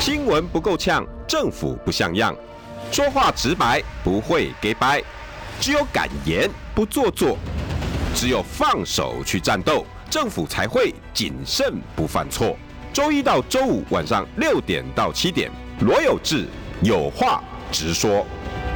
新闻不够呛，政府不像样，说话直白，不会给掰，只有敢言不做作，只有放手去战斗，政府才会谨慎不犯错。周一到周五晚上6点到7点，罗有志有话直说。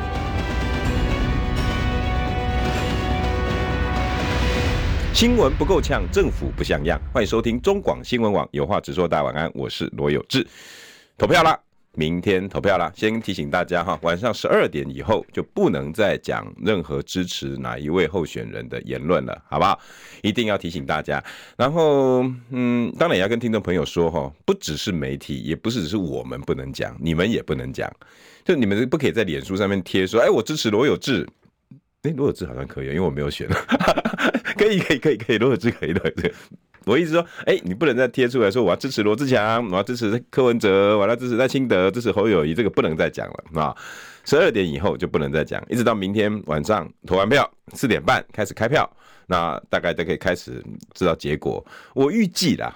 新闻不够呛，政府不像样。欢迎收听中广新闻网有话直说，大家晚安，我是罗有志。投票啦，明天投票啦。先提醒大家哈，晚上12点以后就不能再讲任何支持哪一位候选人的言论了，好不好？一定要提醒大家。然后，当然也要跟听众朋友说哈，不只是媒体，也不是只是我们不能讲，你们也不能讲。就你们不可以在脸书上面贴说，我支持罗有志。罗有志好像可以，因为我没有选。可以，罗有志可以的。我意思说，你不能再贴出来说我要支持罗智强，我要支持柯文哲，我要支持赖清德，支持侯友宜，这个不能再讲了啊！12点以后就不能再讲，一直到明天晚上投完票4点半开始开票，那大概就可以开始知道结果。我预计啦，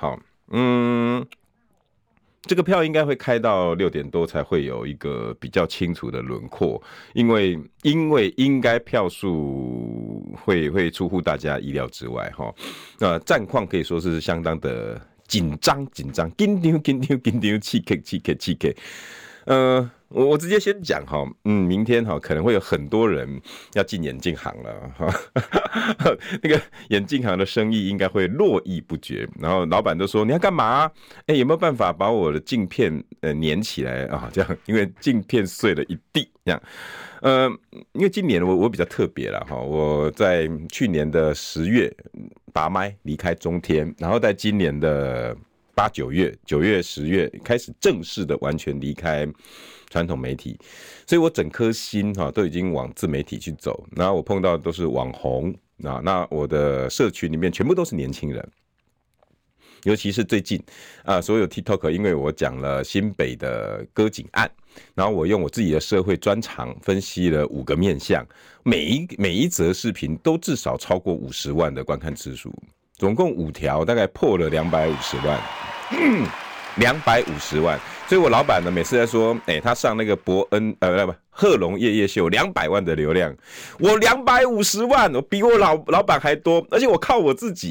这个票应该会开到6点多才会有一个比较清楚的轮廓，因为应该票数会出乎大家意料之外哈。战况可以说是相当的紧张，紧张，紧张，气 K。我直接先讲哈，明天哈可能会有很多人要进眼镜行了哈，那个眼镜行的生意应该会络绎不绝，然后老板都说你要干嘛？有没有办法把我的镜片粘起来啊？这样，因为镜片碎了一地这样。因为今年我比较特别啦哈，我在去年的10月拔麦离开中天，然后在今年的8、9月、9月、10月开始正式的完全离开传统媒体，所以我整颗心都已经往自媒体去走。然后我碰到的都是网红，那我的社群里面全部都是年轻人，尤其是最近所有 TikTok， 因为我讲了新北的割颈案，然后我用我自己的社会专长分析了5个面向，每一则视频都至少超过50万的观看次数，总共5条，大概破了250万。250万，所以我老板呢每次在说，他上那个贺龙夜夜秀200万的流量，我250万，我比我老板还多，而且我靠我自己，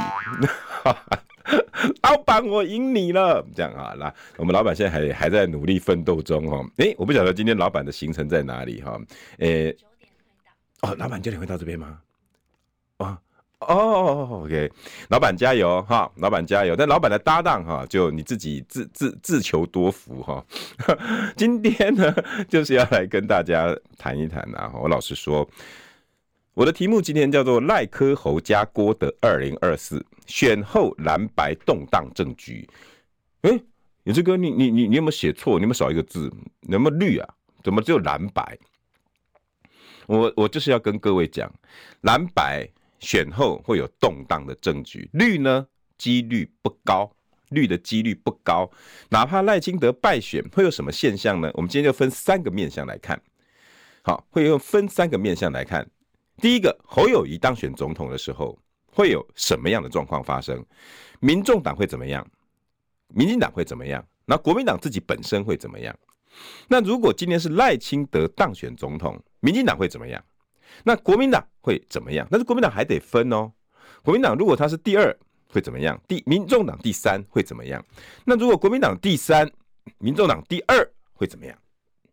老板我赢你了，这样啊，那我们老板现在还在努力奋斗中哈，我不晓得今天老板的行程在哪里哈，9点会到，老板9点会到这边吗？OK， 老板加油哈，老板加油！但老板的搭档哈，就你自己自求多福哈。今天呢，就是要来跟大家谈一谈啊。我老实说，我的题目今天叫做赖柯侯加郭的2024选后蓝白动荡政局。有志哥，你有没有写错？你有没有少一个字？有没有绿啊？怎么只有蓝白？我就是要跟各位讲，蓝白选后会有动荡的政局，绿呢几率不高，绿的几率不高。哪怕赖清德败选，会有什么现象呢？我们今天就分3个面向来看。好，会分3个面向来看。第一个，侯友宜当选总统的时候，会有什么样的状况发生？民众党会怎么样？民进党会怎么样？那国民党自己本身会怎么样？那如果今天是赖清德当选总统，民进党会怎么样？那国民党会怎么样？但是国民党还得分哦。国民党如果他是第2会怎么样？民众党第3会怎么样？那如果国民党第3，民众党第2会怎么样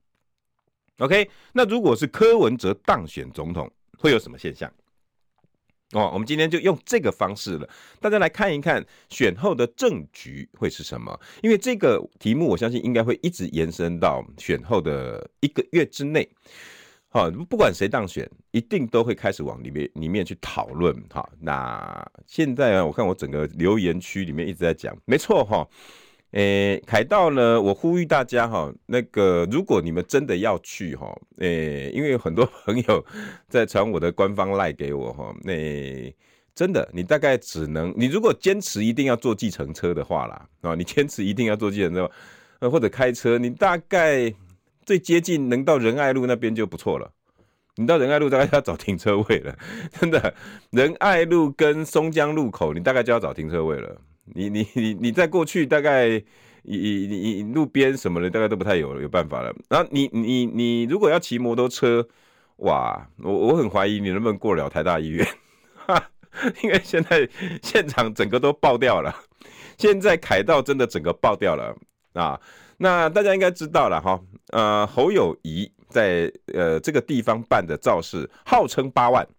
？OK， 那如果是柯文哲当选总统，会有什么现象？我们今天就用这个方式了，大家来看一看选后的政局会是什么？因为这个题目我相信应该会一直延伸到选后的1个月之内。不管谁当选，一定都会开始往里面去讨论。那现在我看我整个留言区里面一直在讲，没错凯道呢，我呼吁大家那个如果你们真的要去因为有很多朋友在传我的官方 LINE 给我真的你大概你如果坚持一定要坐计程车的话啦，你坚持一定要坐计程车或者开车，你大概最接近能到仁爱路那边就不错了。你到仁爱路大概要找停车位了，真的，仁爱路跟松江路口你大概就要找停车位了。你再过去大概你路边什么的大概都不太有办法了。然后你如果要骑摩托车，哇，我很怀疑你能不能过了台大医院，因为现在现场整个都爆掉了。现在凯道真的整个爆掉了啊！那大家应该知道了哈，侯友宜在这个地方办的造势，号称8万，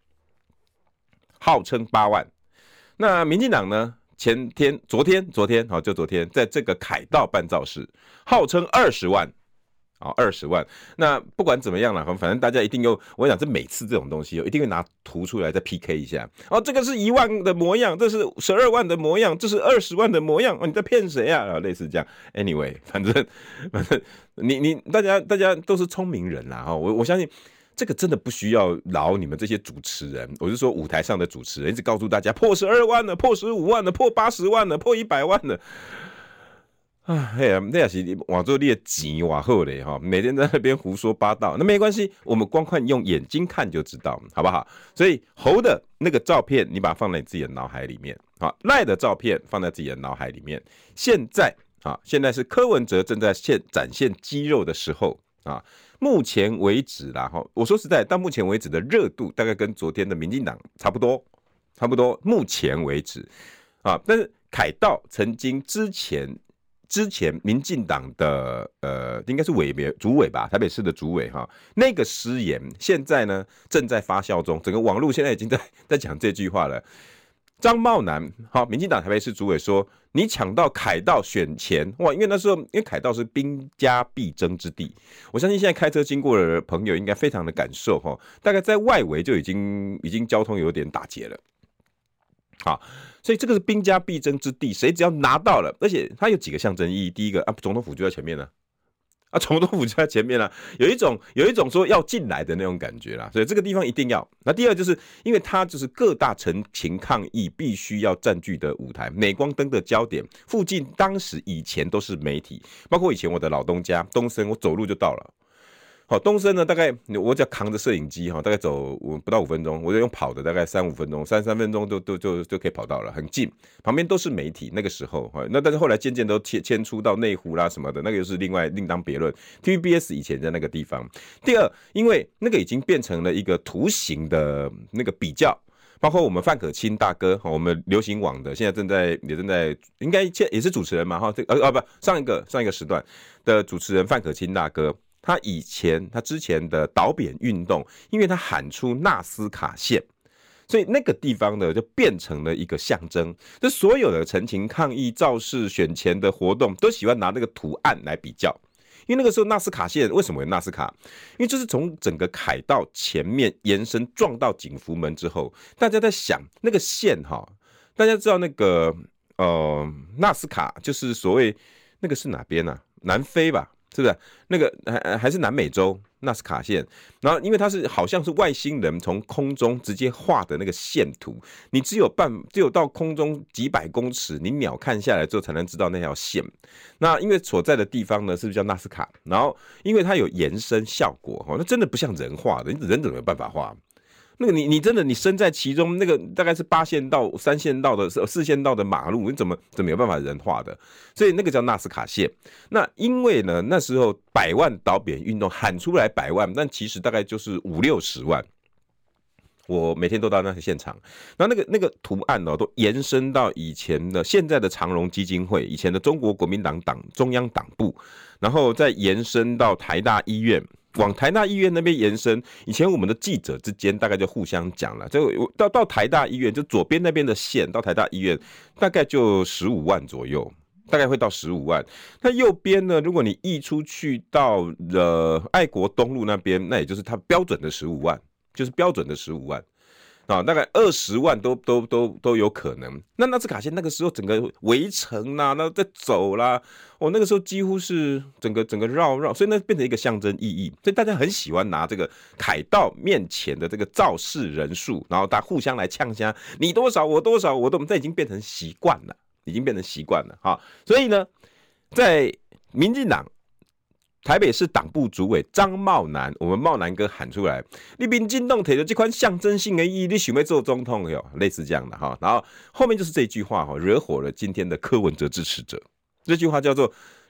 那民进党呢？昨天好，就昨天在这个凯道办造势，号称20万。20万，那不管怎么样了，反正大家一定我想这每次这种东西一定会拿图出来再 PK 一下。这个是1万的模样，这是12万的模样，这是20万的模样，你在骗谁啊？类似这样。Anyway， 反正大家都是聪明人啦，我相信这个真的不需要劳你们这些主持人，我是说舞台上的主持人一直告诉大家破12万了，破15万了，破80万了，破100万了。那也是往做你的钱哇好嘞哈，每天在那边胡说八道，那没关系，我们光看用眼睛看就知道，好不好？所以侯的那个照片，你把它放在你自己的脑海里面，赖的照片放在自己的脑海里面。现在是柯文哲正在展现肌肉的时候啊。目前为止啦，我说实在，到目前为止的热度大概跟昨天的民进党差不多。目前为止啊，但是凯道曾经之前民进党的应该是主委吧，台北市的主委那个失言，现在呢正在发酵中，整个网络现在已经在讲这句话了。张茂南民进党台北市主委说，你抢到凯道选前，哇，因为那时候因为凯道是兵家必争之地，我相信现在开车经过的朋友应该非常的感受大概在外围就已经交通有点打结了。好，所以这个是兵家必争之地，谁只要拿到了，而且它有几个象征意义。第一个总统府就在前面了，总统府就在前面了，有一种说要进来的那种感觉啦，所以这个地方一定要。那第二就是因为它就是各大陈情抗议必须要占据的舞台，镁光灯的焦点，附近以前都是媒体，包括以前我的老东家东森，我走路就到了。东森呢，大概我只要扛着摄影机大概走不到5分钟，我就用跑的大概3-5分钟，3分钟就可以跑到了，很近，旁边都是媒体。那个时候那但是后来渐渐都迁出到内湖啦什么的，那个又是另当别论。TVBS 以前在那个地方。第二，因为那个已经变成了一个图形的那个比较，包括我们范可清大哥，我们流行网的现在也正在应该也是主持人嘛上一个时段的主持人范可清大哥。他之前的倒扁运动，因为他喊出纳斯卡线，所以那个地方呢就变成了一个象征。这所有的陈情抗议、造势、选前的活动，都喜欢拿那个图案来比较。因为那个时候纳斯卡线为什么有纳斯卡？因为就是从整个凯道前面延伸撞到景福门之后，大家在想那个线大家知道那个纳斯卡就是所谓那个是哪边啊？南非吧？是不是那个还是南美洲纳斯卡线？然后因为它是好像是外星人从空中直接画的那个线图，你只有到空中几百公尺，你鸟看下来之后才能知道那条线。那因为所在的地方呢，是不是叫纳斯卡？然后因为它有延伸效果，那真的不像人画的，人怎么有办法画？那个你真的你身在其中，那个大概是8线道、3线道的、4线道的马路，你怎么有办法人画的？所以那个叫纳斯卡线。那因为呢，那时候100万倒扁运动喊出来100万，但其实大概就是50-60万。我每天都到那个现场，然后那个图案都延伸到现在的长荣基金会，以前的中国国民党中央党部，然后再延伸到台大医院。往台大医院那边延伸，以前我们的记者之间大概就互相讲了，就到台大医院，就左边那边的线到台大医院，大概就15万左右，大概会到15万。那右边呢，如果你溢出去到爱国东路那边，那也就是它标准的15万，就是标准的15万。大概20万都有可能。那纳斯卡线那个时候整个围城啦，那在走啦，那个时候几乎是整个绕，所以那变成一个象征意义。所以大家很喜欢拿这个凯道面前的这个造势人数，然后大家互相来呛虾，你多少我多少，这已经变成习惯了，哈。所以呢，在民进党台北市党部主委张茂南，我们茂南哥喊出来，你民进党提的这款象征性的意义，你想要做总统哟，类似这样的哈。然后后面就是这句话惹火了今天的柯文哲支持者。这句话叫做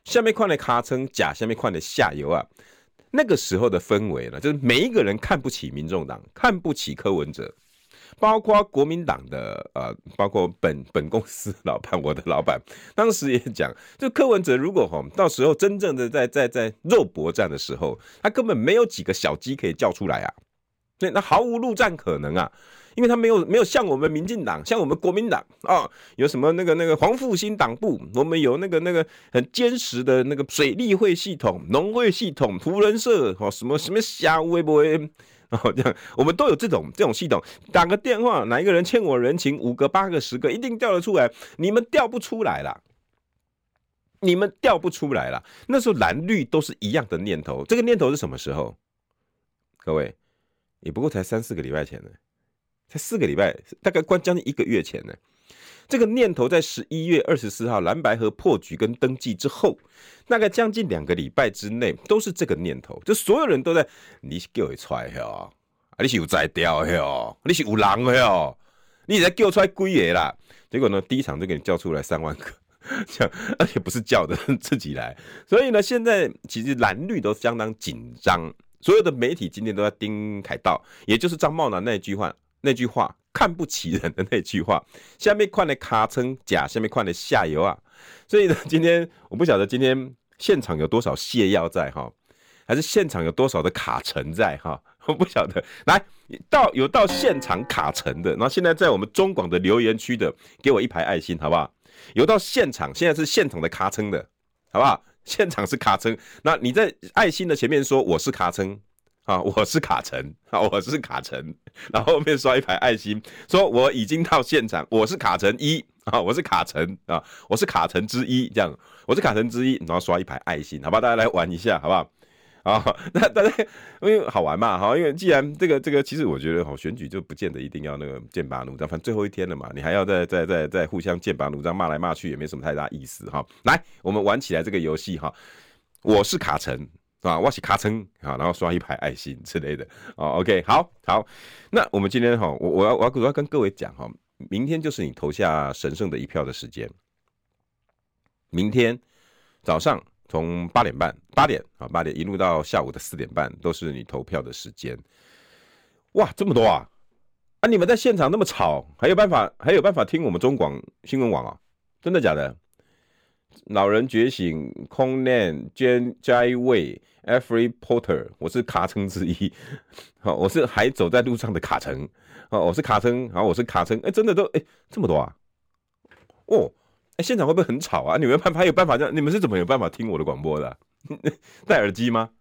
下面看的卡称假，下面看的下游啊，那个时候的氛围呢，就是每一个人看不起民众党，看不起柯文哲。包括国民党的包括本公司老板，我的老板当时也讲，就柯文哲如果到时候真正的在肉搏战的时候，他根本没有几个小鸡可以叫出来啊，对，那毫无陆战可能啊，因为他没有像我们民进党，像我们国民党啊，有什么那个黄复兴党部，我们有那个很坚实的那个水利会系统、农会系统、福人社什么虾微不微。这样我们都有这种系统，打个电话，哪一个人欠我人情，5个、8个、10个，一定调得出来。你们调不出来啦，你们调不出来啦。那时候蓝绿都是一样的念头，这个念头是什么时候？各位，也不过才3、4个礼拜前呢，才4个礼拜，大概将近1个月前呢。这个念头在11月24号蓝白合破局跟登记之后，大概将近2个礼拜之内，都是这个念头，就所有人都在，你是叫他出来哦，你是有才调的哦，你是有人的哦，你才叫出来几个啦？结果呢，第一场就给你叫出来3万个，这样，而且不是叫的，自己来。所以呢，现在其实蓝绿都相当紧张，所有的媒体今天都在盯凯道，也就是张茂南那句话。看不起人的那句话，下面看的卡称假，下面看的下游啊，所以呢，今天我不晓得今天现场有多少泻药在哈，还是现场有多少的卡层在哈，我不晓得。来，有到现场卡层的，然后现在在我们中广的留言区的，给我1排爱心好不好？有到现场，现在是现场的卡称的，好不好？现场是卡称，那你在爱心的前面说我是卡称。我是卡城，我是卡城，然后后面刷1排爱心，说我已经到现场，我是卡城1我是卡城我是卡城之一，这样，我是卡城之一，然后刷1排爱心，好吧，大家来玩一下，好不好？那大家因为好玩嘛，因为既然这个，其实我觉得选举就不见得一定要那个剑拔弩张，反正最后一天了嘛，你还要再互相剑拔弩张骂来骂去，也没什么太大意思哈。来，我们玩起来这个游戏哈，我是卡城。我是卡称然后刷1排爱心之类的OK， 好，那我们今天我要跟各位讲明天就是你投下神圣的一票的时间。明天早上从8点一路到下午的4点半都是你投票的时间。哇，这么多啊！你们在现场那么吵，还有办法听我们中广新闻网啊？真的假的？老人觉醒 Conan Jai Wei、Every Porter， 我是卡称之一。我是还走在路上的卡称。我是卡称，我是卡称。真的都这么多啊！现场会不会很吵啊？你们还有办法这样？你们是怎么有办法听我的广播的戴耳机吗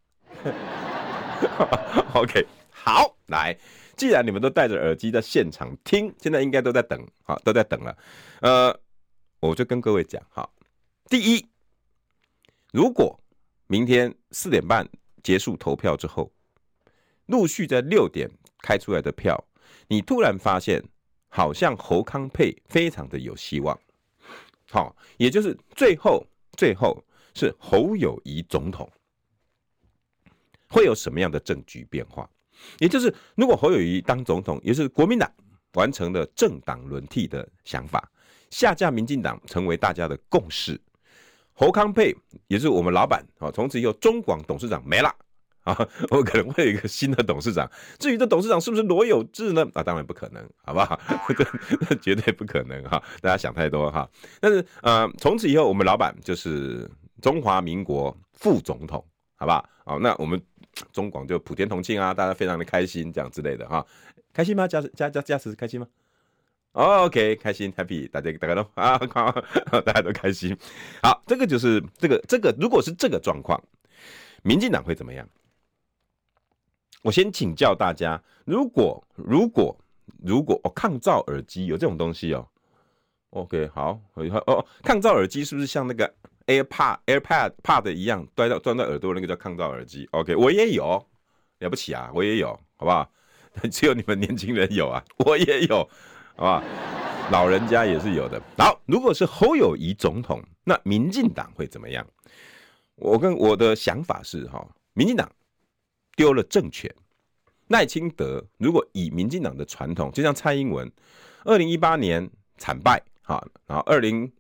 ？OK， 好，来，既然你们都戴着耳机在现场听，现在应该都在等，都在等了。我就跟各位讲，第一，如果明天4点半结束投票之后，陆续在6点开出来的票，你突然发现好像侯康配非常的有希望，也就是最后是侯友宜总统，会有什么样的政局变化？也就是如果侯友宜当总统，也就是国民党完成了政党轮替的想法，下架民进党成为大家的共识。侯康配也是我们老板从此以后中广董事长没了我可能会有一个新的董事长。至于这董事长是不是罗有志呢？当然不可能，好不好？这绝对不可能大家想太多但是从此以后我们老板就是中华民国副总统，好不好？那我们中广就普天同庆啊，大家非常的开心，这样之类的开心吗？驾驶开心吗？OK， 开心 ，happy， 大家都大家都开心。好，这个就是这个，如果是这个状况，民进党会怎么样？我先请教大家，如果抗噪耳机有这种东西OK， 好抗噪耳机是不是像那个 AirPod 一样端到耳朵那个叫抗噪耳机 ？OK， 我也有，了不起啊，我也有，好不好？只有你们年轻人有啊，我也有。好吧，老人家也是有的。好，如果是侯友宜总统，那民进党会怎么样？我的想法是民进党丢了政权，赖清德如果以民进党的传统，就像蔡英文，2018年惨败然后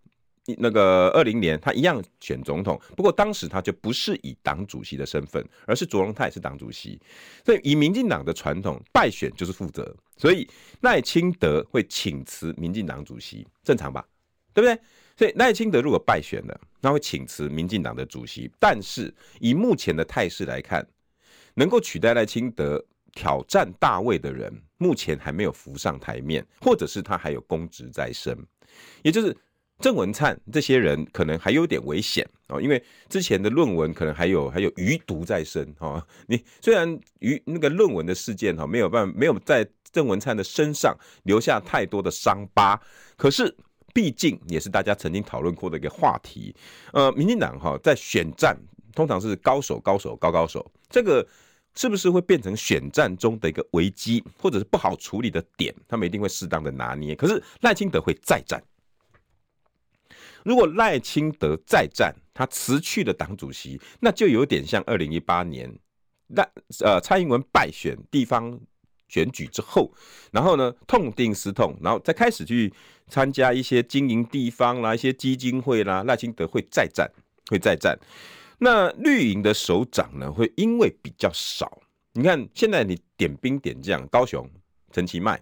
那个20年他一样选总统，不过当时他就不是以党主席的身份，而是卓荣泰是党主席，所以以民进党的传统，败选就是负责，所以赖清德会请辞民进党主席，正常吧？对不对？所以赖清德如果败选了，那会请辞民进党的主席，但是以目前的态势来看，能够取代赖清德挑战大位的人，目前还没有浮上台面，或者是他还有公职在身，也就是郑文灿这些人可能还有点危险哦，因为之前的论文可能还有余毒在身哦。你虽然那个论文的事件没有在郑文灿的身上留下太多的伤疤，可是毕竟也是大家曾经讨论过的一个话题。民进党在选战通常是高手，这个是不是会变成选战中的一个危机，或者是不好处理的点？他们一定会适当的拿捏。可是赖清德会再战。如果赖清德再战，他辞去了党主席，那就有点像2018年蔡英文败选地方选举之后，然后呢痛定思痛，然后再开始去参加一些经营地方啦、一些基金会啦，赖清德会再战。那绿营的首长呢，会因为比较少。你看现在你点兵点将，高雄陈其迈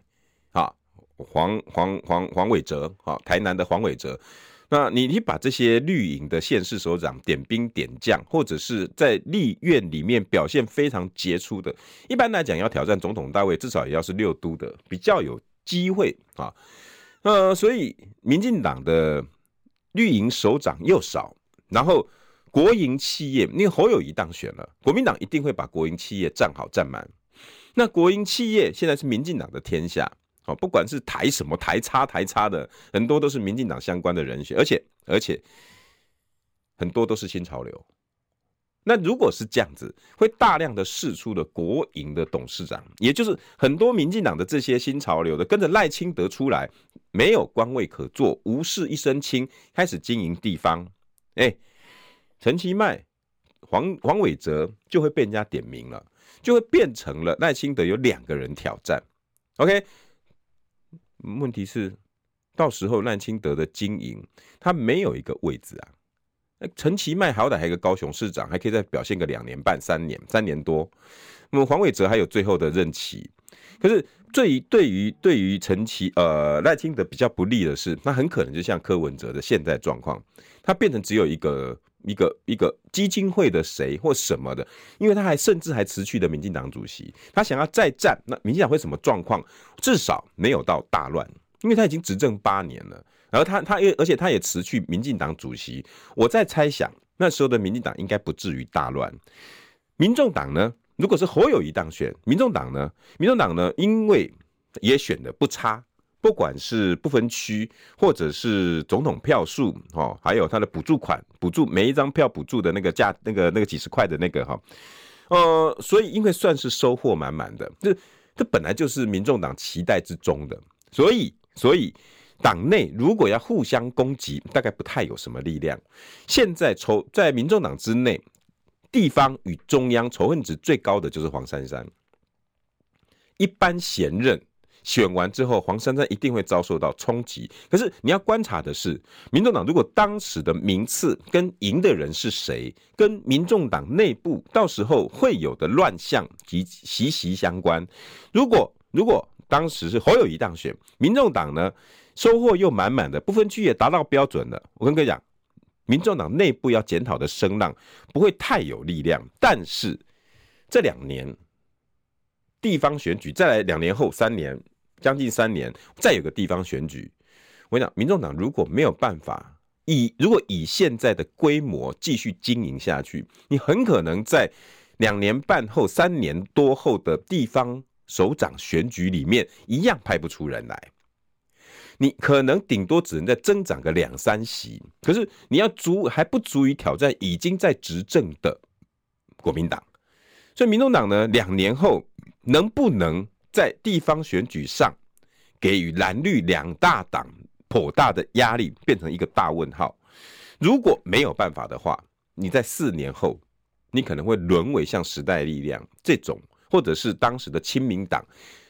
黄伟哲台南的黄伟哲，那你把这些绿营的县市首长点兵点将，或者是在立院里面表现非常杰出的，一般来讲要挑战总统大位，至少也要是6都的，比较有机会所以民进党的绿营首长又少，然后国营企业，因为侯友宜当选了，国民党一定会把国营企业占好占满。那国营企业现在是民进党的天下，不管是台什么台差的，很多都是民进党相关的人选，而且很多都是新潮流。那如果是这样子，会大量的释出的国营的董事长，也就是很多民进党的这些新潮流的，跟着赖清德出来，没有官位可做，无事一身轻，开始经营地方，陈其迈、黄伟哲就会被人家点名了，就会变成了赖清德有2个人挑战。OK， 问题是到时候赖清德的经营，他没有一个位置啊。陈其迈好歹还有一个高雄市长，还可以再表现个2年半、3年多。那么黄伟哲还有最后的任期，可是对于赖清德比较不利的是，他很可能就像柯文哲的现在状况，他变成只有一个基金会的谁或什么的，因为他甚至还辞去了民进党主席，他想要再战，那民进党会什么状况？至少没有到大乱，因为他已经执政8年了，然后而且他也辞去民进党主席，我在猜想那时候的民进党应该不至于大乱。民众党呢，如果是侯友宜当选，民众党呢，因为也选的不差。不管是不分区，或者是总统票数，还有他的补助款，每一张票补助的那个几十块的那个所以因为算是收获满满的，这本来就是民众党期待之中的，所以党内如果要互相攻击，大概不太有什么力量。现在在民众党之内，地方与中央仇恨值最高的就是黄珊珊，一般贤任。选完之后，黄珊珊一定会遭受到冲击。可是你要观察的是，民众党如果当时的名次跟赢的人是谁，跟民众党内部到时候会有的乱象及息息相关。如果当时是侯友宜当选，民众党呢收获又满满的，不分区也达到标准了，我跟各位讲，民众党内部要检讨的声浪不会太有力量。但是这2年地方选举，再来2年后3年。将近3年，再有个地方选举，我跟你讲，民众党如果没有办法如果以现在的规模继续经营下去，你很可能在2年半后、3年多后的地方首长选举里面，一样派不出人来。你可能顶多只能再增长个2-3席，可是你还不足以挑战已经在执政的国民党。所以民众党呢，2年后能不能在地方选举上给予蓝绿2大党颇大的压力，变成一个大问号。如果没有办法的话，你在4年后，你可能会沦为像时代力量这种，或者是当时的亲民党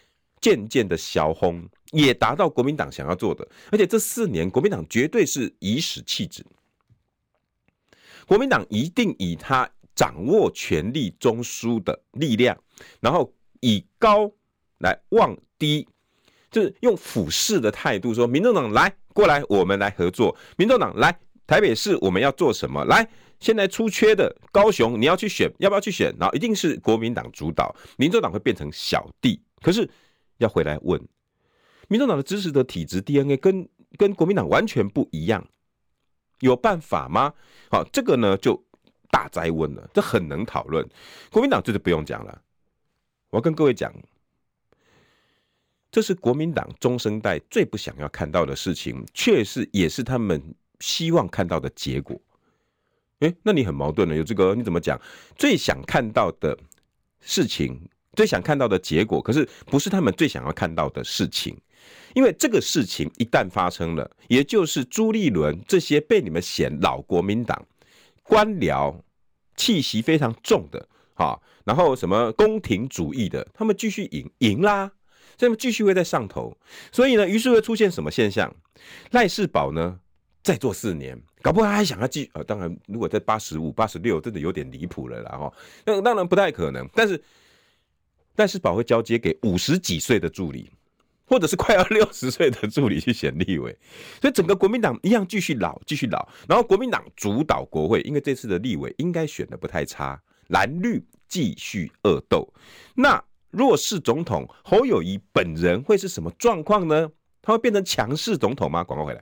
渐渐的消轰，也达到国民党想要做的。而且这4年，国民党绝对是以史弃之。国民党一定以他掌握权力中枢的力量，然后以高来望低，就是用俯视的态度说：民众党来过来，我们来合作；民众党来台北市，我们要做什么？来，现在出缺的高雄，你要去选，要不要去选？然后一定是国民党主导，民众党会变成小弟。可是要回来问，民众党的支持的体质 DNA 跟国民党完全不一样，有办法吗？好，这个呢就大哉问了，这很能讨论。国民党就是不用讲了，我要跟各位讲，这是国民党中生代最不想要看到的事情，也是他们希望看到的结果。那你很矛盾了，有这个你怎么讲？最想看到的事情，最想看到的结果，可是不是他们最想要看到的事情。因为这个事情一旦发生了，也就是朱立伦这些被你们嫌老国民党官僚气息非常重的，然后什么宫廷主义的，他们继续赢啦，所以他们继续会在上头。所以呢，于是会出现什么现象？赖士葆呢，再做4年，搞不好还想要继续。当然，如果在85、86，真的有点离谱了啦，那当然不太可能。但是赖士葆会交接给50几岁的助理，或者是快要60岁的助理去选立委，所以整个国民党一样继续老，然后国民党主导国会，因为这次的立委应该选的不太差，蓝绿继续恶斗。那若是总统侯友宜本人会是什么状况呢？他会变成强势总统吗？广告回来。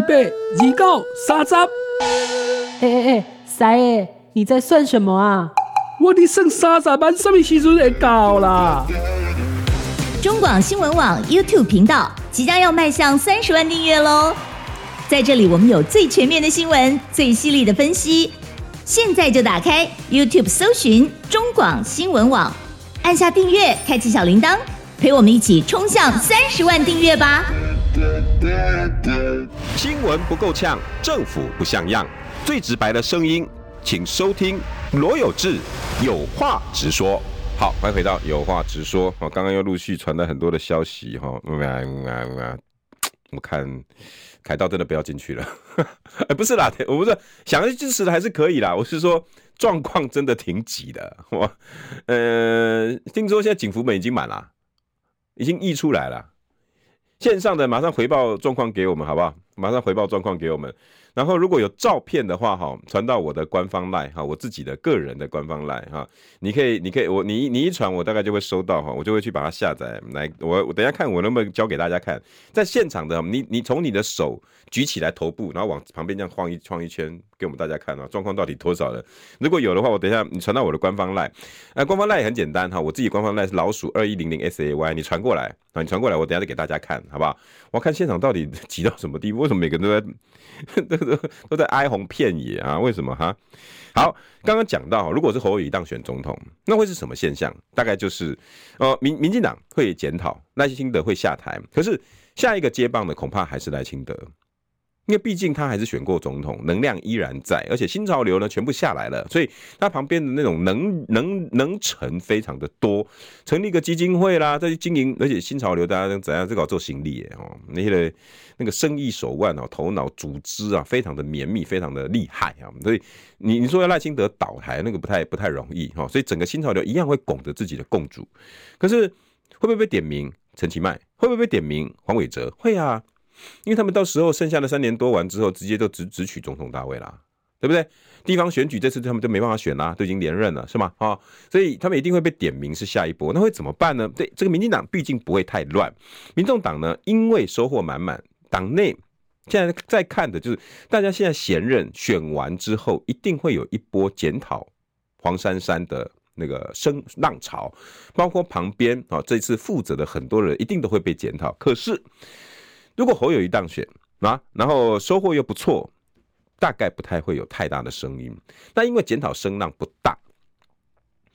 28、29、30。 塞耶，你在算什么啊？ 我的剩30万，什么时阵会到啦？ 中广新闻网 YouTube 频道即将要迈向30万订阅咯，在这里我们有最全面的新闻，最犀利的分析。现在就打开 YouTube 搜寻中广新闻网，按下订阅，开启小铃铛，陪我们一起冲向30万订阅吧。 新闻不够呛，政府不像样，最直白的声音，请收听罗有志有话直说。好，欢迎回到有话直说。刚刚又陆续传来很多的消息，我看凯道真的不要进去了。不是啦，我不是想要支持的还是可以啦，我是说状况真的挺挤的。听说现在警服们已经满了，已经溢出来了。线上的马上回报状况给我们，好不好？马上回报状况给我们。然后如果有照片的话，传到我的官方 LINE， 我自己的个人的官方 LINE， 你可以你一传，我大概就会收到，我就会去把它下载来。我等一下看我能不能教给大家看，在现场的你从你的手举起来头部，然后往旁边这样晃一圈给我们大家看状况到底多少人。如果有的话，我等一下你传到我的官方 LINE， 官方 LINE 也很简单，我自己官方 LINE 是2100SAY， 你传过来，我等一下再给大家看，好不好？我看现场到底挤到什么地步？为什么每个人都在哀鸿遍野啊？为什么哈？好，刚刚讲到，如果是侯友宜当选总统，那会是什么现象？大概就是民进党会检讨，赖清德会下台，可是下一个接棒的恐怕还是赖清德。因为毕竟他还是选过总统，能量依然在，而且新潮流呢全部下来了，所以他旁边的那种能臣非常的多，成立一个基金会啦，再去经营，而且新潮流大家怎样这个做行李耶那个生意手腕头脑组织啊，非常的绵密，非常的厉害啊，所以你说要赖清德倒台那个不太容易所以整个新潮流一样会拱着自己的共主，可是会不会被点名陈其迈？会不会被点名黄伟哲？会啊。因为他们到时候剩下的3年多完之后，直接就直取总统大位啦，对不对？地方选举这次他们就没办法选啦，都已经连任了，是吗？所以他们一定会被点名是下一波，那会怎么办呢？对，这个民进党毕竟不会太乱，民众党呢因为收获满满，党内现在在看的就是大家现在连任选完之后，一定会有一波检讨黄珊珊的那个浪潮，包括旁边这次负责的很多人一定都会被检讨，可是。如果侯友宜当选然后收获又不错，大概不太会有太大的声音。那因为检讨声浪不大，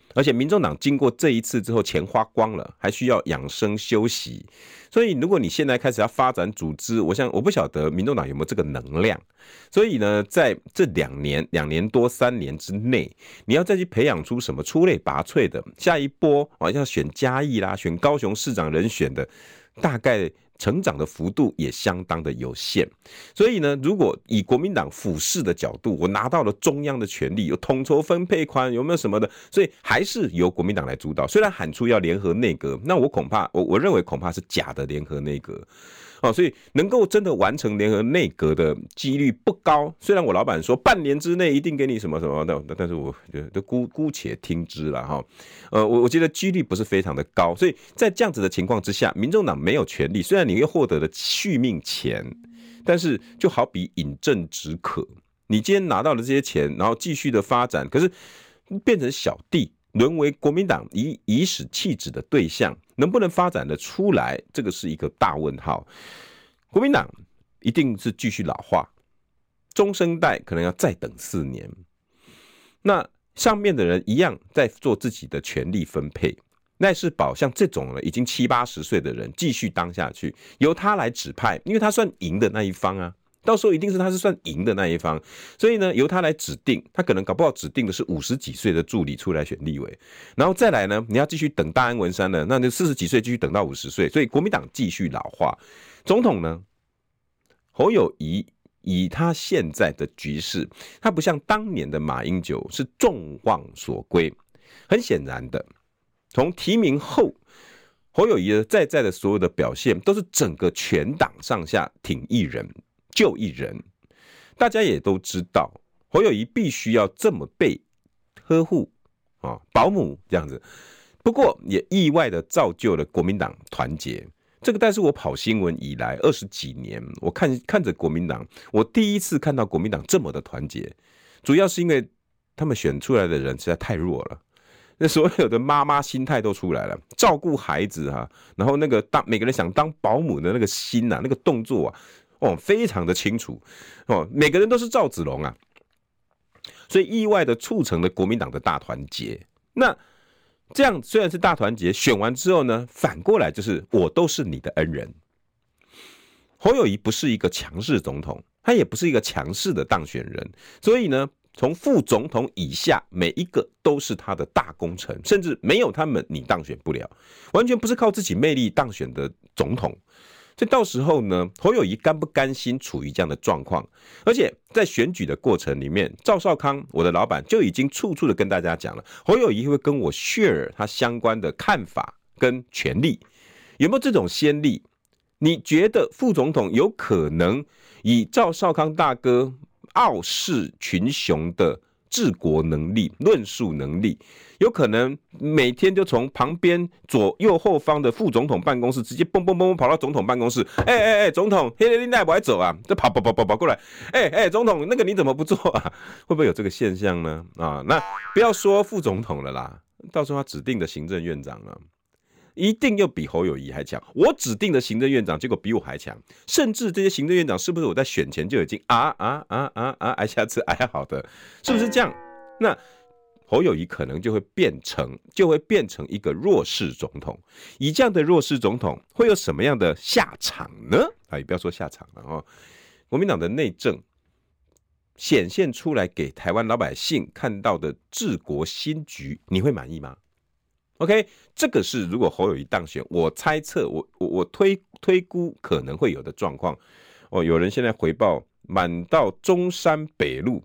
而且民众党经过这一次之后，钱花光了，还需要养生休息。所以，如果你现在开始要发展组织，我不晓得民众党有没有这个能量。所以呢，在这2年多3年之内，你要再去培养出什么出类拔萃的下一波要选嘉义啦、选高雄市长人选的，大概成长的幅度也相当的有限。所以呢，如果以国民党俯视的角度，我拿到了中央的权力，有统筹分配款，有没有什么的，所以还是由国民党来主导。虽然喊出要联合内阁，那我认为恐怕是假的联合内阁。所以能够真的完成联合内阁的几率不高。虽然我老板说半年之内一定给你什么什么的，但是我就姑且听之了哈。我觉得几率不是非常的高。所以在这样子的情况之下，民众党没有权利，虽然你又获得了续命钱，但是就好比饮鸩止渴，你今天拿到了这些钱，然后继续的发展，可是变成小弟，沦为国民党以史弃子的对象，能不能发展的出来，这个是一个大问号。国民党一定是继续老化，中生代可能要再等4年。那上面的人一样在做自己的权力分配，赖士葆像这种已经70、80岁的人继续当下去，由他来指派，因为他算赢的那一方啊。到时候一定是他是算赢的那一方，所以呢，由他来指定，他可能搞不好指定的是50几岁的助理出来选立委，然后再来呢，你要继续等大安文山了，那就40几岁继续等到50岁，所以国民党继续老化。总统呢，侯友宜以他现在的局势，他不像当年的马英九是众望所归，很显然的，从提名后，侯友宜在的所有的表现都是整个全党上下挺一人。就一人，大家也都知道，侯友宜必须要这么被呵护保姆这样子。不过也意外的造就了国民党团结。这个但是我跑新闻以来20几年，我看着国民党，我第一次看到国民党这么的团结，主要是因为他们选出来的人实在太弱了。那所有的妈妈心态都出来了，照顾孩子然后那个每个人想当保姆的那个心那个动作非常的清楚每个人都是赵子龙啊，所以意外的促成了国民党的大团结。那这样虽然是大团结，选完之后呢，反过来就是我都是你的恩人。侯友宜不是一个强势总统，他也不是一个强势的当选人，所以呢，从副总统以下每一个都是他的大功臣，甚至没有他们你当选不了，完全不是靠自己魅力当选的总统。所以到时候呢，侯友宜甘不甘心处于这样的状况？而且在选举的过程里面，赵少康我的老板就已经处处的跟大家讲了，侯友宜会跟我 share 他相关的看法跟权利，有没有这种先例？你觉得副总统有可能以赵少康大哥傲视群雄的治国能力、论述能力，有可能每天就从旁边左右后方的副总统办公室直接蹦蹦蹦跑到总统办公室，总统，黑人带不来走啊，就跑过来，总统那个你怎么不做啊？会不会有这个现象呢？那不要说副总统了啦，到时候他指定的行政院长啊，一定又比侯友宜还强。我指定的行政院长结果比我还强，甚至这些行政院长是不是我在选前就已经挨下次挨好的，是不是这样？那侯友宜可能就会变成一个弱势总统。以这样的弱势总统会有什么样的下场呢？也不要说下场了国民党的内政显现出来给台湾老百姓看到的治国新局，你会满意吗？OK， 这个是如果侯友宜当选，我猜测我推估可能会有的状况。有人现在回报满到中山北路，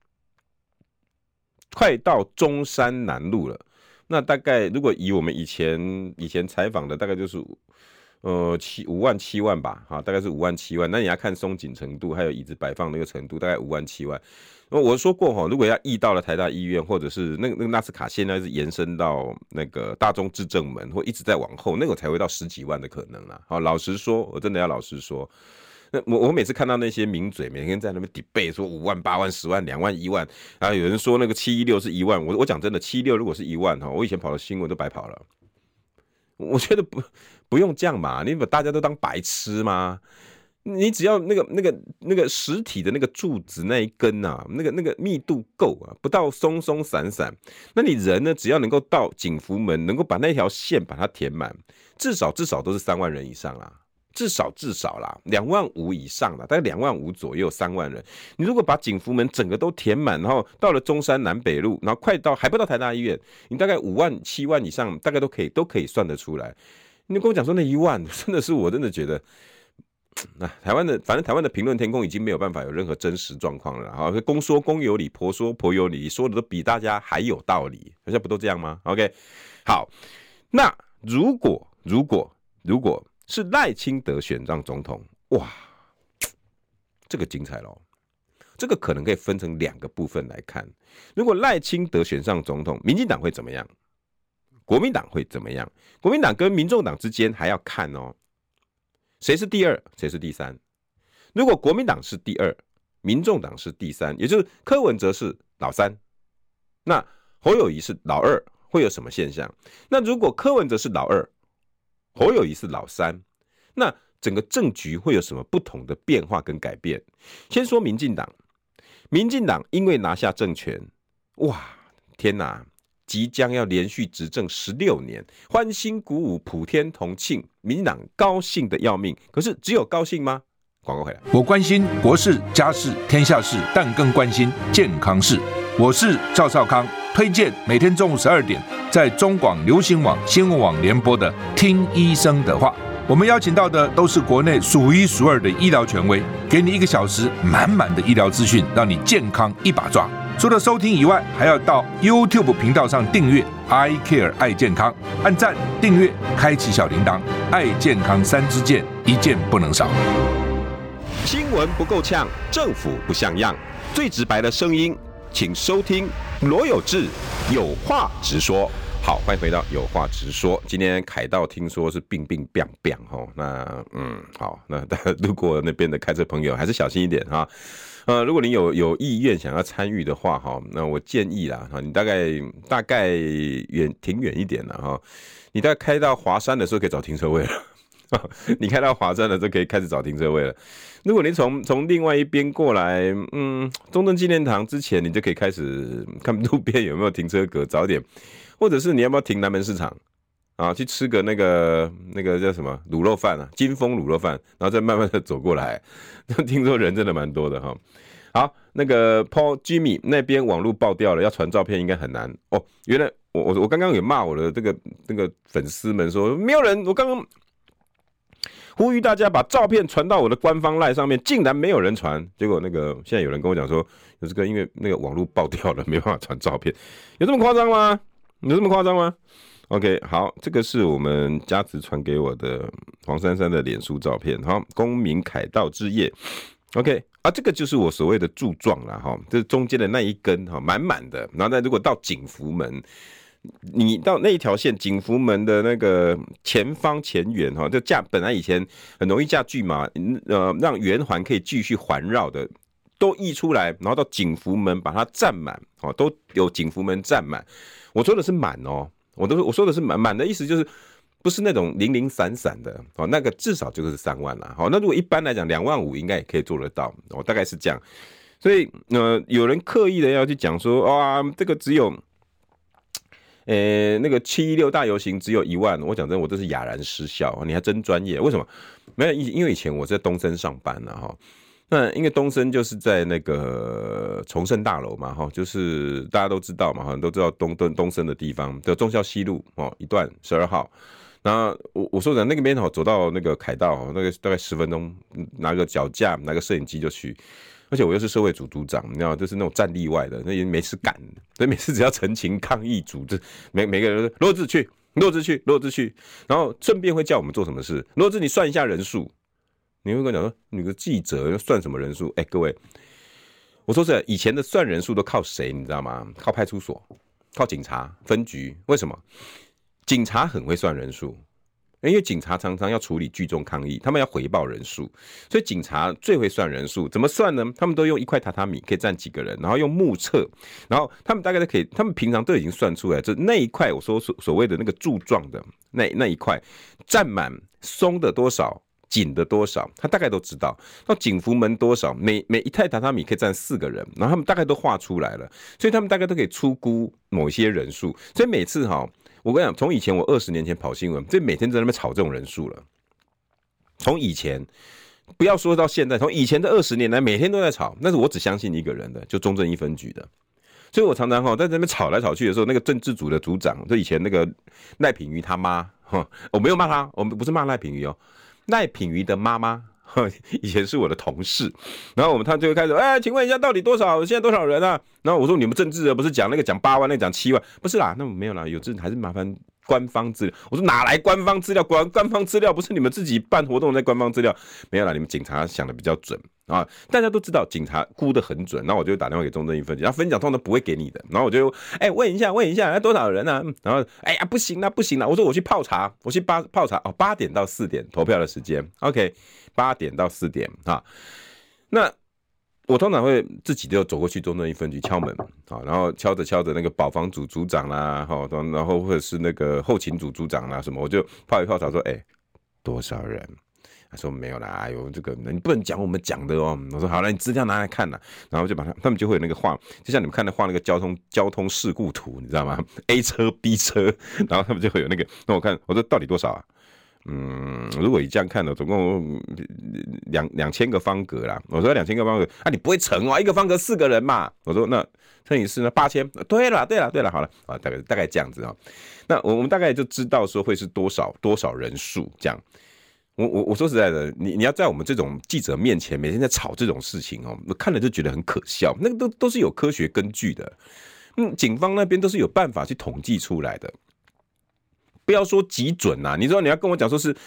快到中山南路了。那大概如果以我们以前采访的，大概就是5万7万吧，大概是5万7万。那你要看松紧程度，还有椅子摆放那个程度，大概5万7万。我说过如果要移到了台大医院，或者是那个纳斯卡现在是延伸到那个大中至正门，或一直在往后，那个才会到10几万的可能啦。老实说，我真的要老实说，我每次看到那些名嘴每天在那边 debate 说5万、8万、10万、2万、1万，有人说那个716是1万，我讲真的，716如果是1万我以前跑的新闻都白跑了。我觉得不用这样嘛，你把大家都当白痴吗？ 你只要那个实体的那个柱子那一根啊，那个密度够啊，不到松松散散，那你人呢，只要能够到景福门，能够把那条线把它填满，至少都是3万人以上啦。至少啦，25000以上啦，大概25000左右，3万人。你如果把景福门整个都填满，然后到了中山南北路，然后还不到台大医院，你大概5万、7万以上，大概都可以算得出来。你跟我讲说那1万，真的是我真的觉得，反正台湾的评论天空已经没有办法有任何真实状况了。好，公说公有理，婆说婆有理，说的都比大家还有道理，好像不都这样吗 ？OK， 好，那如果是赖清德选上总统，哇，这个精彩咯。这个可能可以分成2个部分来看。如果赖清德选上总统，民进党会怎么样？国民党会怎么样？国民党跟民众党之间还要看哦，谁是第2，谁是第3。如果国民党是第2，民众党是第3，也就是柯文哲是老3，那侯友宜是老2，会有什么现象？那如果柯文哲是老2，侯友宜是老3，那整个政局会有什么不同的变化跟改变？先说民进党，民进党因为拿下政权，哇，天哪，即将要连续执政16年，欢欣鼓舞，普天同庆，民进党高兴的要命。可是只有高兴吗？广告回来。 我关心国事、家事、天下事，但更关心健康事。我是赵少康，推荐每天中午12点在中广流行网、新闻网联播的《听医生的话》。我们邀请到的都是国内数1数2的医疗权威，给你1个小时满满的医疗资讯，让你健康一把抓。除了收听以外，还要到 YouTube 频道上订阅 I Care 爱健康，按赞、订阅、开启小铃铛，爱健康3支箭，一件不能少。 新闻不够呛，政府不像样，最直白的声音，请收听罗有志有话直说。好，欢迎回到有话直说。今天凯道听说是病齋那好，那路过那边的开车朋友还是小心一点哈。如果你有意愿想要参与的话哈，那我建议啦，你大概挺远一点啦哈，你大概开到华山的时候可以找停车位了。你开到华山的时候可以开始找停车位了。如果你从另外一边过来，中正纪念堂之前，你就可以开始看路边有没有停车格，早点。或者是你要不要停南门市场啊？去吃个那个叫什么卤肉饭啊，金峰卤肉饭，然后再慢慢的走过来。听说人真的蛮多的哈。好，那个 Paul Jimmy 那边网络爆掉了，要传照片应该很难哦。原来我刚刚有骂我的那个粉丝们说，没有人，我刚刚呼吁大家把照片传到我的官方 LINE 上面，竟然没有人传。结果现在有人跟我讲说，有这个因为那个网络爆掉了，没办法传照片，有这么夸张吗？有这么夸张吗 ？OK， 好，这个是我们家慈传给我的黄珊珊的脸书照片，好，公民凯道之夜 ，OK 啊，这个就是我所谓的柱状啦，哈，这中间的那一根哈，满满的，然后再如果到景福门，你到那一条线景福门的那个前方前缘哈，就架本来以前很容易架巨马，让圆环可以继续环绕的。都溢出来，然后到景福门把它占满，都有景福门占满。我说的是满哦，我说的是满的意思就是不是那种零零散散的，那个至少就是3万啦。好，那如果一般来讲25000应该也可以做得到，大概是这样。所以有人刻意的要去讲说，这个只有那个716大游行只有1万，我讲真，我这是哑然失笑，你还真专业。为什么？没有，因为以前我在东森上班啦哈。那因为东森就是在那个崇圣大楼嘛，就是大家都知道嘛，都知道东森的地方的忠孝西路一段12号。然后我说的那个边走到那个凯道，那个大概10分钟，拿个脚架拿个摄影机就去。而且我又是社会组组长，你知道，就是那种站例外的，那也没事干，所以每次只要陈情抗议组织，每个人都罗志去，然后顺便会叫我们做什么事。罗志，你算一下人数。你会跟我讲说，你个记者要算什么人数？各位，我说实在，以前的算人数都靠谁，你知道吗？靠派出所，靠警察分局。为什么？警察很会算人数，因为警察常常要处理聚众抗议，他们要回报人数，所以警察最会算人数。怎么算呢？他们都用1块榻榻米可以站几个人，然后用目测，然后他们大概都可以，他们平常都已经算出来，就那一块我说所谓的那个柱状的那一块占满松的多少。 紧的多少，他大概都知道。到景福门多少，每一台榻榻米可以站4个人，然后他们大概都画出来了，所以他们大概都可以初估某一些人数。所以每次我跟你讲，从以前我20年前跑新闻，所以每天在那边炒这种人数了。从以前不要说到现在，从以前的20年来，每天都在炒，但是我只相信一个人的，就中正1分局的。所以我常常在那边吵来吵去的时候，那个政治组的组长，就以前那个赖品妤他妈，我没有骂他，我们不是骂赖品妤赖品妤的妈妈，以前是我的同事，然后他就会开始，请问一下到底多少？现在多少人啊？然后我说你们政治的不是讲那个讲8万，那个讲7万，不是啦，那没有啦，有这还是麻烦官方资料。我说哪来官方资料？官方资料不是你们自己办活动在官方资料，没有啦，你们警察想的比较准啊，大家都知道警察估得很准，然后我就打电话给中正1分局，然后分享通常不会给你的，然后我就问一下多少人啊？然后不行啦，我说我去泡茶，泡茶8点到4点投票的时间 ，OK， 8点到4点啊，那我通常会自己就走过去中正1分局敲门，然后敲着那个保防组组长啦，然后或者是那个后勤组组长啦什么，我就泡一泡茶说，多少人？他说没有啦，哎呦，这个你不能讲我们讲的哦。我说好了，你资料拿来看啦，然后就把他们就会有那个画，就像你们看的画那个交通事故图，你知道吗 ？A 车 B 车，然后他们就会有那个，那我看我说到底多少啊？如果你这样看呢，总共2000个方格啦。我说2000个方格啊，你不会乘哦，一个方格4个人嘛。我说那乘以4呢，8000。对了，好了啊，大概这样子啊。那我们大概就知道说会是多少人数这样。我说实在的，你要在我们这种记者面前每天在吵这种事情我看了就觉得很可笑。那个都是有科学根据的，警方那边都是有办法去统计出来的。不要说极准啊，你说你要跟我讲说是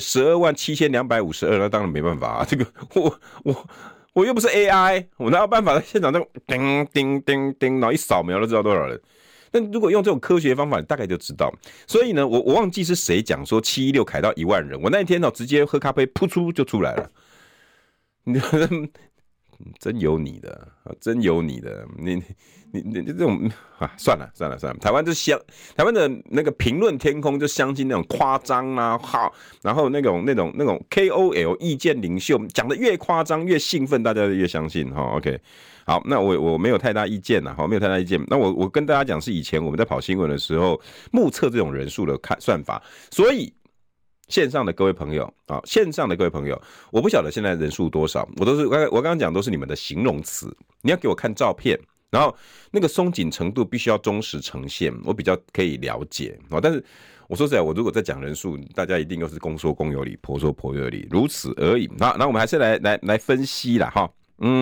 127252，那当然没办法啊。这个我又不是 AI， 我哪有办法在现场那叮叮叮叮，然后一扫描就知道多少人。那如果用这种科学方法，你大概就知道。所以呢，我忘记是谁讲说716凯到1万人，我那一天直接喝咖啡，噗出就出来了。真有你的，你这种算了，台湾的那个评论天空就相信那种夸张啊，然后那种 KOL 意见领袖讲的越夸张越兴奋，大家就越相信OK， 好，那我没有太大意见啦，没有太大意见。那我跟大家讲是以前我们在跑新闻的时候目测这种人数的算法，所以。线上的各位朋友，我不晓得现在人数多少，我刚刚讲都是你们的形容词，你要给我看照片，然后那个松紧程度必须要忠实呈现，我比较可以了解。但是我说实在，我如果在讲人数，大家一定又是公说公有理，婆说婆有理，如此而已。那我们还是来分析啦哈，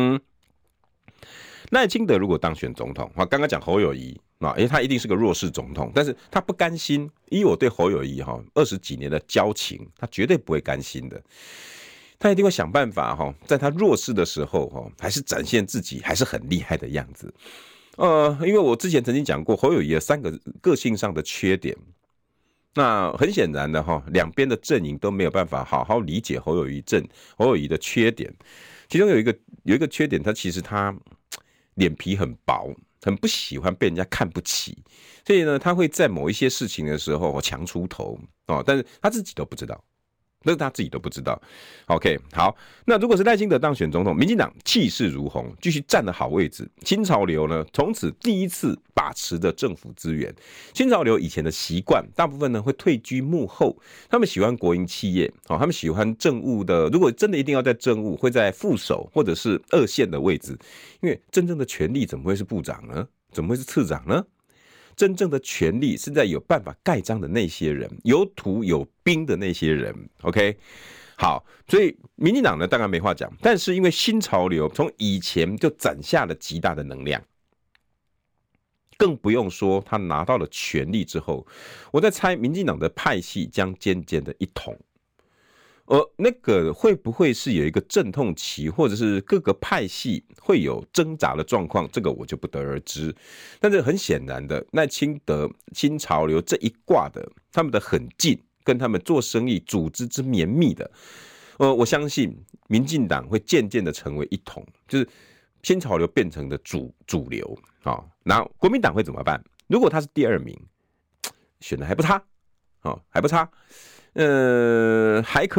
赖清德如果当选总统，刚刚讲侯友宜。他一定是个弱势总统，但是他不甘心。以我对侯友宜20几年的交情，他绝对不会甘心的。他一定会想办法在他弱势的时候还是展现自己还是很厉害的样子。因为我之前曾经讲过侯友宜的3个个性上的缺点。那很显然的两边的阵营都没有办法好好理解侯友宜的缺点。其中有一个缺点，其实他脸皮很薄。很不喜欢被人家看不起，所以呢，他会在某一些事情的时候强出头但是他自己都不知道，那是他自己都不知道。OK， 好，那如果是赖清德当选总统，民进党气势如虹，继续占了好位置，新潮流呢从此第一次把持的政府资源。新潮流以前的习惯，大部分呢会退居幕后，他们喜欢国营企业，他们喜欢政务的，如果真的一定要在政务，会在副手或者是2线的位置，因为真正的权力怎么会是部长呢？怎么会是次长呢？真正的权力是在有办法盖章的那些人，有土有兵的那些人 OK， 好，所以民进党呢当然没话讲，但是因为新潮流从以前就攒下了极大的能量，更不用说他拿到了权力之后，我在猜民进党的派系将渐渐的一统。那个会不会是有一个阵痛期，或者是各个派系会有挣扎的状况，这个我就不得而知。但是很显然的，赖清德新潮流这一挂的，他们的很近，跟他们做生意组织之绵密的，我相信民进党会渐渐的成为一统，就是新潮流变成的主流然后国民党会怎么办？如果他是第2名，选的还不差，还不差。还可以，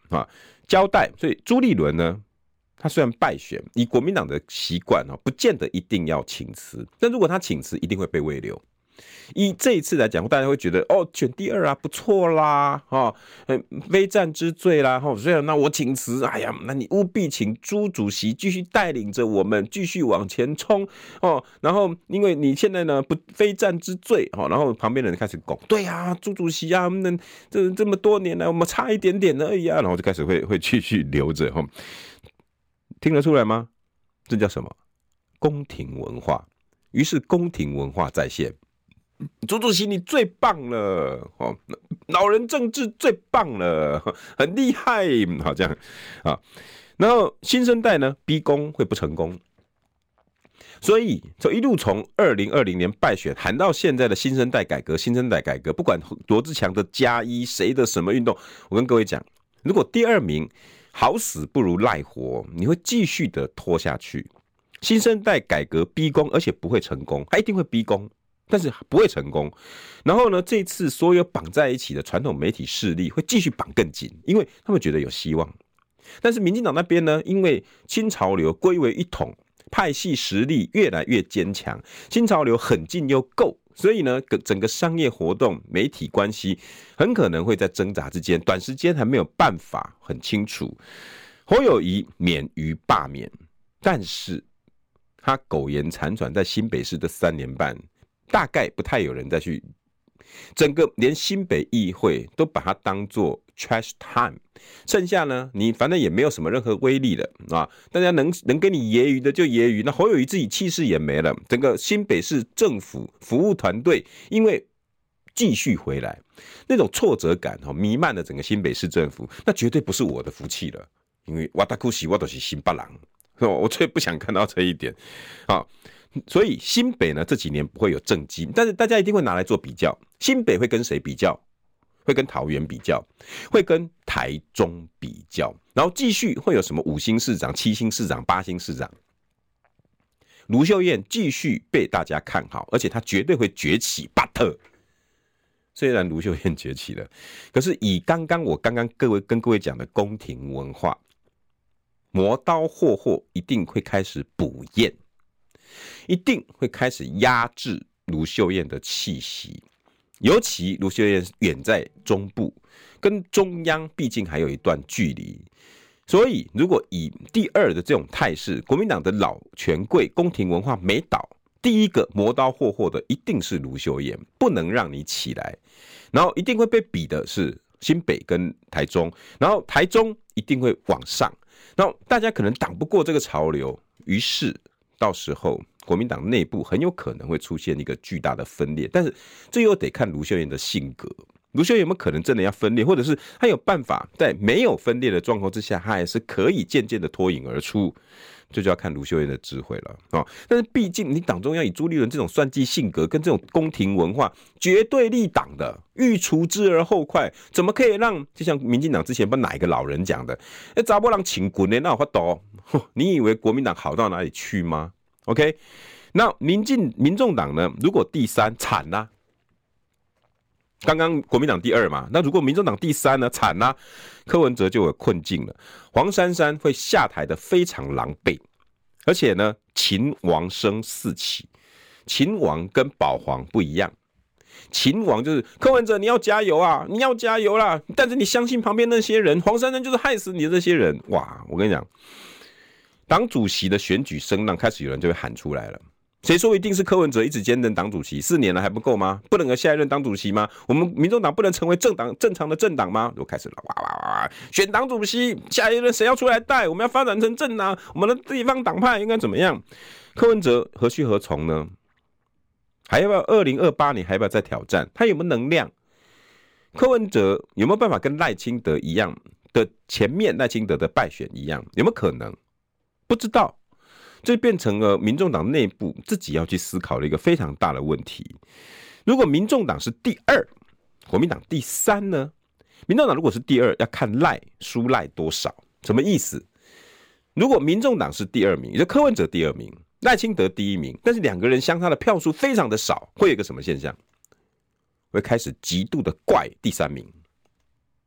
啊交代。所以朱立伦呢，他虽然败选，以国民党的习惯不见得一定要请辞，但如果他请辞，一定会被慰留。以这一次来讲，大家会觉得选第二啊，不错啦，非战之罪啦，虽然那我请辞，哎呀，那你务必请朱主席继续带领着我们继续往前冲然后因为你现在呢不非战之罪然后旁边的人开始拱，对啊，朱主席啊，这么多年来我们差一点点而已啊，然后就开始会继续留着听得出来吗？这叫什么？宫廷文化。于是宫廷文化再现。朱主席你最棒了老人政治最棒了，很厉害，好这样啊。然后新生代呢逼宫会不成功，所以一路从2020年败选喊到现在的新生代改革，新生代改革，不管罗智强的加一谁的什么运动，我跟各位讲，如果第二名好死不如赖活，你会继续的拖下去。新生代改革逼宫，而且不会成功，他一定会逼宫，但是不会成功。然后呢，这次所有绑在一起的传统媒体势力会继续绑更紧，因为他们觉得有希望。但是民进党那边呢，因为新潮流归为一统，派系实力越来越坚强，新潮流很近又够，所以呢，整个商业活动、媒体关系很可能会在挣扎之间，短时间还没有办法很清楚。侯友宜免于罢免，但是他苟延残喘在新北市的3年半，大概不太有人再去，整个连新北议会都把它当作 trash time， 剩下呢，你反正也没有什么任何威力了啊，大家能跟你揶揄的就揶揄，那侯友宜自己气势也没了，整个新北市政府服务团队因为继续回来，那种挫折感弥漫了整个新北市政府，那绝对不是我的福气了，因为我大哭喜我都是新北人。我最不想看到这一点所以新北呢这几年不会有政绩，但是大家一定会拿来做比较。新北会跟谁比较？会跟桃园比较，会跟台中比较，然后继续会有什么5星市长、7星市长、8星市长。卢秀燕继续被大家看好，而且她绝对会崛起。But 虽然卢秀燕崛起了，可是以我刚刚跟各位讲的宫廷文化，磨刀霍一定会开始补验，一定会开始压制卢秀燕的气息。尤其卢秀燕远在中部，跟中央毕竟还有一段距离，所以如果以第二的这种态势，国民党的老权贵宫廷文化没倒，第一个磨刀霍的一定是卢秀燕，不能让你起来。然后一定会被比的是新北跟台中，然后台中一定会往上。然后大家可能挡不过这个潮流，于是到时候国民党内部很有可能会出现一个巨大的分裂，但是这又得看卢秀燕的性格。卢秀燕有没有可能真的要分裂，或者是他有办法在没有分裂的状况之下，他还是可以渐渐的脱颖而出，这就要看卢秀燕的智慧了但是毕竟你党中央以朱立伦这种算计性格跟这种宫廷文化，绝对立党的，欲除之而后快，怎么可以让就像民进党之前不哪一个老人讲的，查某人请滚的那有法度？你以为国民党好到哪里去吗 ？OK， 那民众党呢？如果第3惨啦。刚刚国民党第2嘛，那如果民众党第3呢？惨啦，柯文哲就有困境了。黄珊珊会下台的非常狼狈，而且呢，秦王生4起。秦王跟保皇不一样，秦王就是柯文哲，你要加油啊，你要加油啦！但是你相信旁边那些人，黄珊珊就是害死你的这些人。哇，我跟你讲，党主席的选举声浪开始有人就会喊出来了。谁说一定是柯文哲一直兼任党主席？4年了还不够吗？不能有下一任党主席吗？我们民众党不能成为正常的政党吗？就开始了，哇！选党主席，下一任谁要出来带？我们要发展成政党，我们的地方党派应该怎么样？柯文哲何去何从呢？还要不要2028年还要不要再挑战？他有没有能量？柯文哲有没有办法跟赖清德一样的前面赖清德的败选一样？有没有可能？不知道。这变成了民众党内部自己要去思考的一个非常大的问题。如果民众党是第2，国民党第3呢？民众党如果是第2，要看输赖多少，什么意思？如果民众党是第2名，也就柯文哲第2名，赖清德第1名，但是2个人相差的票数非常的少，会有一个什么现象？会开始极度的怪第3名。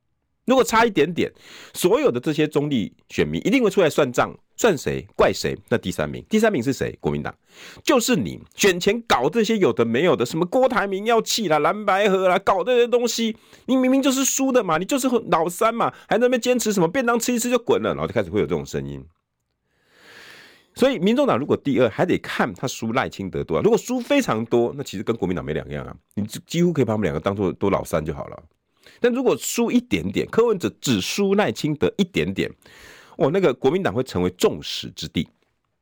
如果差一点点，所有的这些中立选民一定会出来算账，算谁怪谁。那第三名是谁？国民党，就是你选前搞这些有的没有的，什么郭台铭要气啦、蓝白合啦，搞这些东西，你明明就是输的嘛，你就是老三嘛，还在那边坚持什么便当吃一吃就滚了，然后就开始会有这种声音。所以民众党如果第二，还得看他输赖清德多少。如果输非常多，那其实跟国民党没两样啊，你几乎可以把他们两个当作都老三就好了。但如果输一点点，柯文哲只输赖清德一点点，那个国民党会成为众矢之的，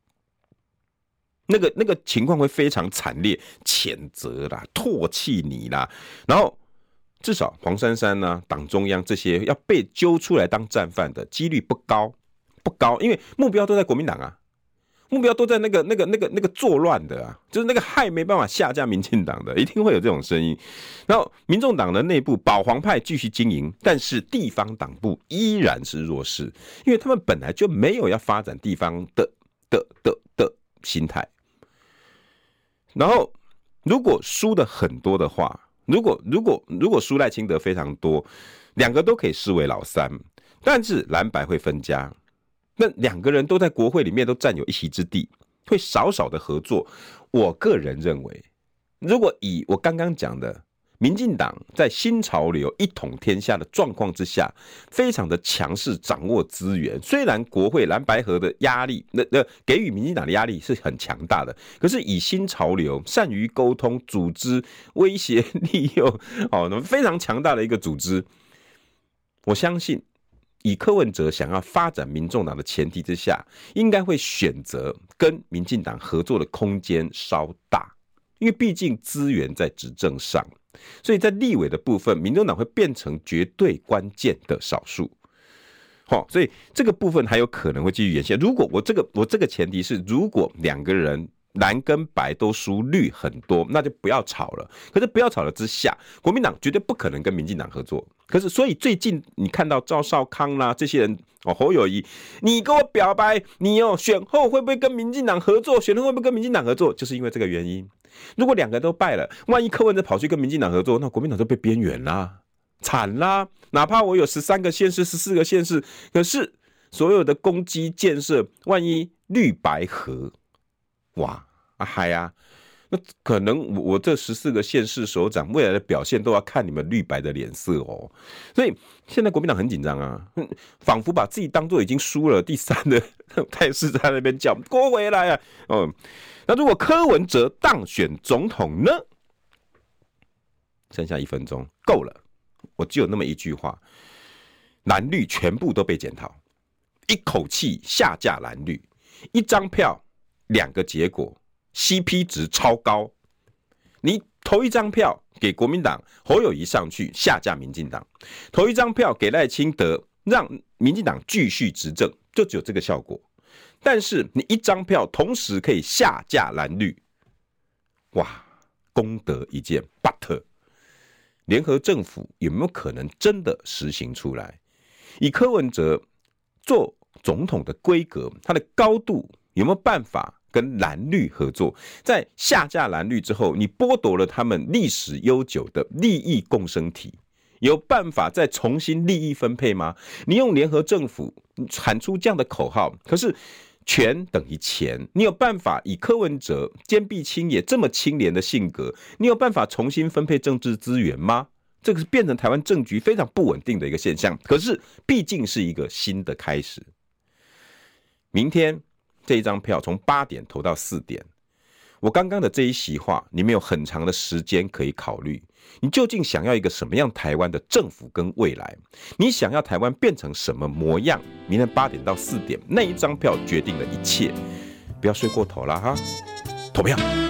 那个情况会非常惨烈，谴责啦、唾弃你啦，然后至少黄珊珊啊、党中央这些要被揪出来当战犯的几率不高，因为目标都在国民党啊。目标都在那个作乱的啊，就是那个害没办法下架民进党的，一定会有这种声音。然后民众党的内部保皇派继续经营，但是地方党部依然是弱势，因为他们本来就没有要发展地方的心态。然后如果输的很多的话，如果输赖清德非常多，两个都可以视为老三，但是蓝白会分家。那两个人都在国会里面都占有一席之地，会少少的合作。我个人认为，如果以我刚刚讲的民进党在新潮流一统天下的状况之下，非常的强势掌握资源，虽然国会蓝白合的压力，给予民进党的压力是很强大的，可是以新潮流善于沟通、组织、威胁、利诱，非常强大的一个组织，我相信。以柯文哲想要发展民众党的前提之下，应该会选择跟民进党合作的空间稍大，因为毕竟资源在执政上，所以在立委的部分，民众党会变成绝对关键的少数。所以这个部分还有可能会继续延续。如果我这个前提是，如果两个人蓝跟白都输绿很多，那就不要吵了。可是不要吵了之下，国民党绝对不可能跟民进党合作。可是，所以最近你看到赵少康啦这些人，侯友宜，你跟我表白，你选后会不会跟民进党合作？选后会不会跟民进党合作？就是因为这个原因。如果两个都败了，万一柯文哲跑去跟民进党合作，那国民党就被边缘啦，惨啦！哪怕我有13个县市、14个县市，可是所有的公基建设，万一绿白合，哇，嗨啊！那可能我这14个县市首长未来的表现都要看你们绿白的脸色哦。所以现在国民党很紧张啊，仿佛把自己当作已经输了第3的态势，在那边叫郭回来啊。那如果柯文哲当选总统呢？剩下1分钟够了，我只有那么一句话：蓝绿全部都被检讨，一口气下架蓝绿，1张票2个结果。CP 值超高，你投1张票给国民党，侯友宜上去下架民进党；投1张票给赖清德，让民进党继续执政，就只有这个效果。但是你1张票同时可以下架蓝绿，哇，功德一件。But 联合政府有没有可能真的实行出来？以柯文哲做总统的规格，他的高度有没有办法？跟蓝绿合作，在下架蓝绿之后，你剥夺了他们历史悠久的利益共生体，有办法再重新利益分配吗？你用联合政府喊出这样的口号，可是权等于钱，你有办法以柯文哲坚壁清野这么清廉的性格，你有办法重新分配政治资源吗？这个是变成台湾政局非常不稳定的一个现象。可是毕竟是一个新的开始，明天。这一张票从8点投到4点，我刚刚的这一席话，你们有很长的时间可以考虑，你究竟想要一个什么样台湾的政府跟未来？你想要台湾变成什么模样？明天8点到4点，那一张票决定了一切，不要睡过头啦哈！投票。